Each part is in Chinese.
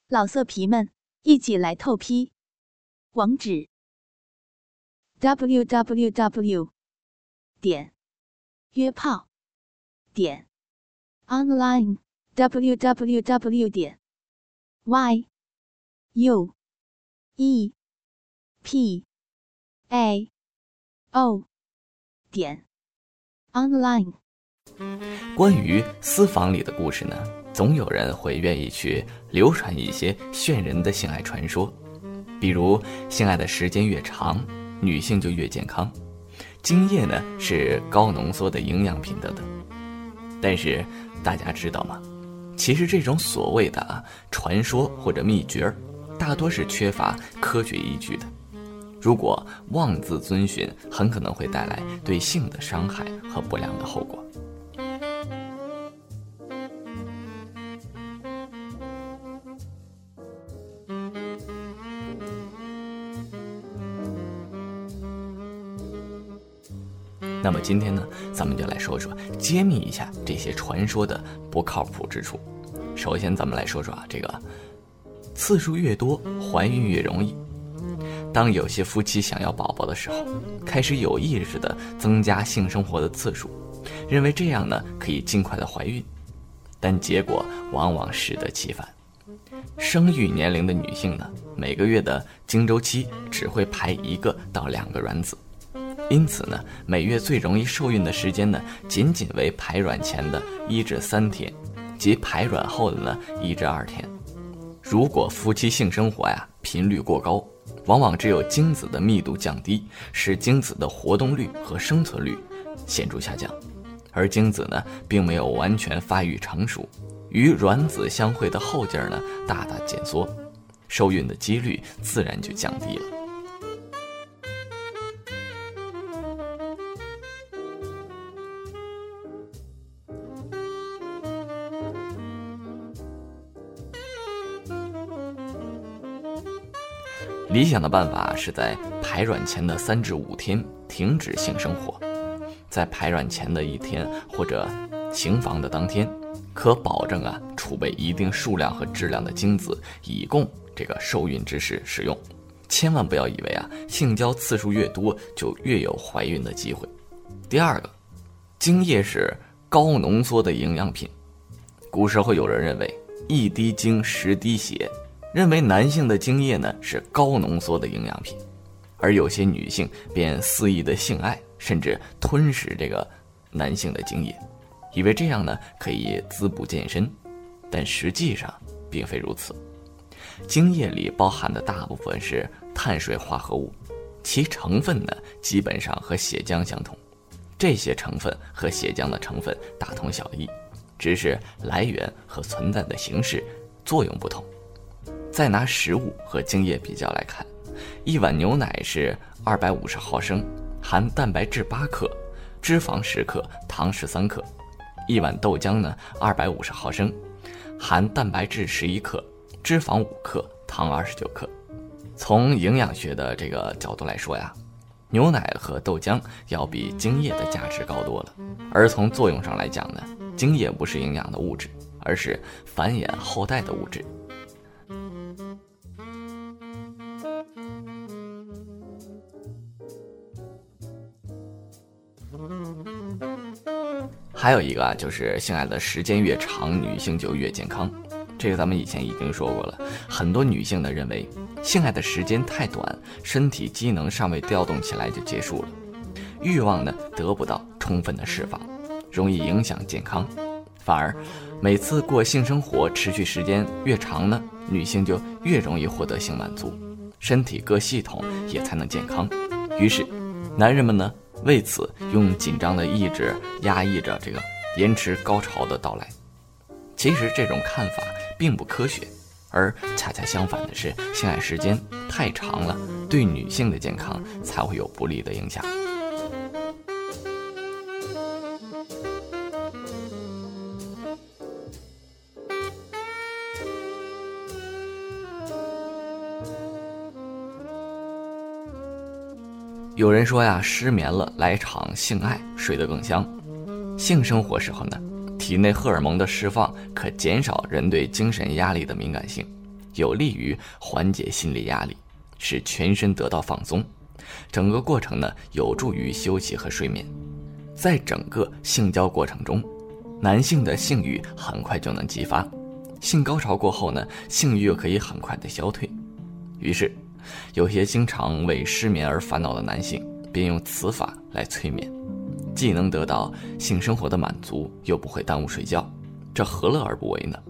老色皮们，一起来透批！网址 www.约炮online www.yuepao.online。 关于私房里的故事呢，总有人会愿意去流传一些炫人的性爱传说，比如性爱的时间越长，女性就越健康，精液呢是高浓缩的营养品等等。但是大家知道吗？其实这种所谓的传说或者秘诀，大多是缺乏科学依据的。如果妄自遵循，很可能会带来对性的伤害和不良的后果。那么今天呢，咱们就来说说，揭秘一下这些传说的不靠谱之处。首先咱们来说说这个次数越多，怀孕越容易。当有些夫妻想要宝宝的时候，开始有意识地增加性生活的次数，认为这样呢可以尽快的怀孕，但结果往往适得其反。生育年龄的女性呢，每个月的经周期只会排1个到2个卵子，因此呢，每月最容易受孕的时间呢，仅仅为排卵前的1至3天，及排卵后的呢1至2天。如果夫妻性生活频率过高，往往只有精子的密度降低，使精子的活动率和生存率显著下降，而精子呢并没有完全发育成熟，与卵子相会的后劲呢大大减缩，受孕的几率自然就降低了。理想的办法是在排卵前的3至5天停止性生活，在排卵前的1天或者行房的当天，可保证储备一定数量和质量的精子，以供这个受孕之时使用。千万不要以为性交次数越多就越有怀孕的机会。第二个，精液是高浓缩的营养品。古时候有人认为1滴精10滴血，认为男性的精液呢是高浓缩的营养品，而有些女性便肆意的性爱，甚至吞食这个男性的精液，以为这样呢可以滋补健身，但实际上并非如此。精液里包含的大部分是碳水化合物，其成分呢基本上和血浆相同，这些成分和血浆的成分大同小异，只是来源和存在的形式作用不同。再拿食物和精液比较来看，一碗牛奶是250毫升，含蛋白质8克，脂肪10克，糖13克。一碗豆浆呢250毫升，含蛋白质11克，脂肪5克，糖29克。从营养学的这个角度来说牛奶和豆浆要比精液的价值高多了。而从作用上来讲呢，精液不是营养的物质，而是繁衍后代的物质。还有一个就是性爱的时间越长，女性就越健康。这个咱们以前已经说过了，很多女性呢认为性爱的时间太短，身体机能尚未调动起来就结束了，欲望呢得不到充分的释放，容易影响健康。反而每次过性生活持续时间越长呢，女性就越容易获得性满足，身体各系统也才能健康。于是男人们呢为此用紧张的意志压抑着这个延迟高潮的到来。其实这种看法并不科学，而恰恰相反的是，性爱时间太长了，对女性的健康才会有不利的影响。有人说失眠了来场性爱睡得更香。性生活时候呢，体内荷尔蒙的释放可减少人对精神压力的敏感性， 有利于缓解心理压力，使全身得到放松。整个过程呢，有助于休息和睡眠。在整个性交过程中，男性的性欲很快就能激发，性高潮过后呢，性欲又可以很快的消退。于是，有些经常为失眠而烦恼的男性，便用此法来催眠，既能得到性生活的满足，又不会耽误睡觉，这何乐而不为呢？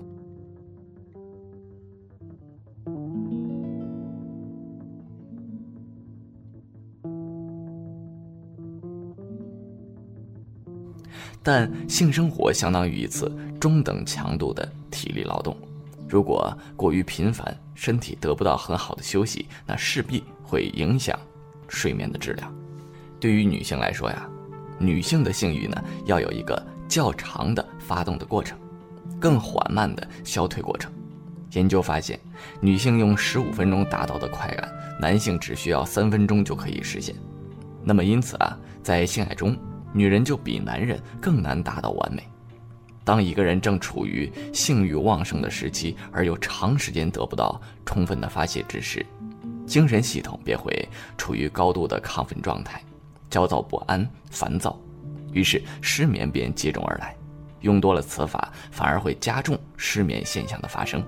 但性生活相当于一次中等强度的体力劳动，如果过于频繁，身体得不到很好的休息，那势必会影响睡眠的质量。对于女性来说呀，女性的性欲呢，要有一个较长的发动的过程，更缓慢的消退过程。研究发现，女性用15分钟达到的快感，男性只需要3分钟就可以实现。那么因此啊，在性爱中，女人就比男人更难达到完美。当一个人正处于性欲旺盛的时期，而又长时间得不到充分的发泄之时，精神系统便会处于高度的亢奋状态，焦躁不安、烦躁，于是失眠便接踵而来。用多了此法，反而会加重失眠现象的发生。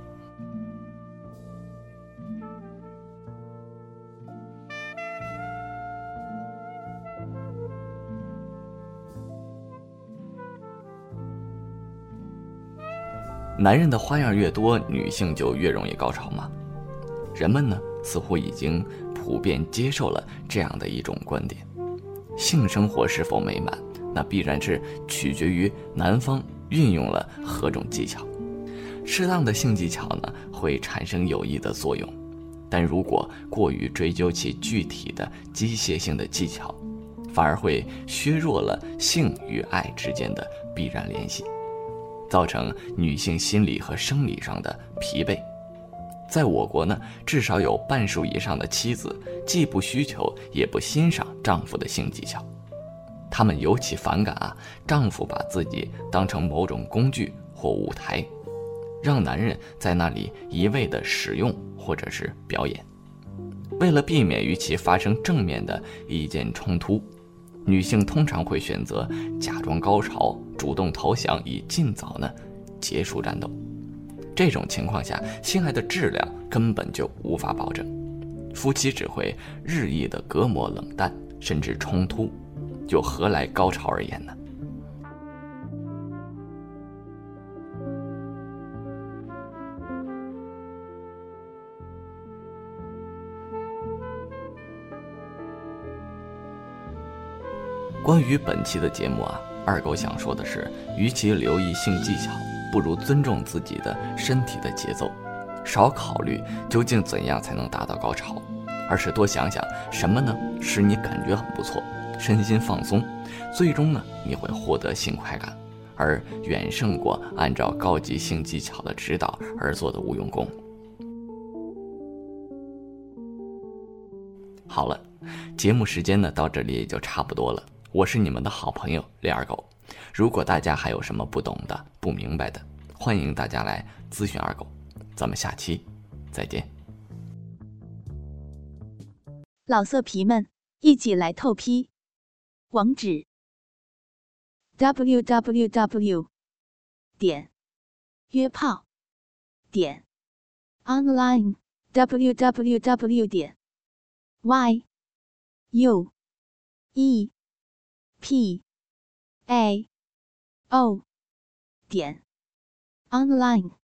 男人的花样越多，女性就越容易高潮吗？人们呢，似乎已经普遍接受了这样的一种观点：性生活是否美满，那必然是取决于男方运用了何种技巧。适当的性技巧呢，会产生有益的作用，但如果过于追究其具体的机械性的技巧，反而会削弱了性与爱之间的必然联系，造成女性心理和生理上的疲惫。在我国呢，至少有半数以上的妻子既不需求也不欣赏丈夫的性技巧，她们尤其反感丈夫把自己当成某种工具或舞台，让男人在那里一味的使用或者是表演。为了避免与其发生正面的意见冲突，女性通常会选择假装高潮，主动投降，以尽早呢结束战斗。这种情况下，性爱的质量根本就无法保证，夫妻只会日益的隔膜冷淡，甚至冲突，又何来高潮而言呢？关于本期的节目二狗想说的是，与其留意性技巧，不如尊重自己的身体的节奏，少考虑究竟怎样才能达到高潮，而是多想想什么呢使你感觉很不错，身心放松，最终呢你会获得性快感，而远胜过按照高级性技巧的指导而做的无用功。好了，节目时间呢到这里也就差不多了。我是你们的好朋友李二狗，如果大家还有什么不懂的、不明白的，欢迎大家来咨询二狗。咱们下期再见。 老色皮们，一起来透批！网址 www.约炮.online www.yuepao.online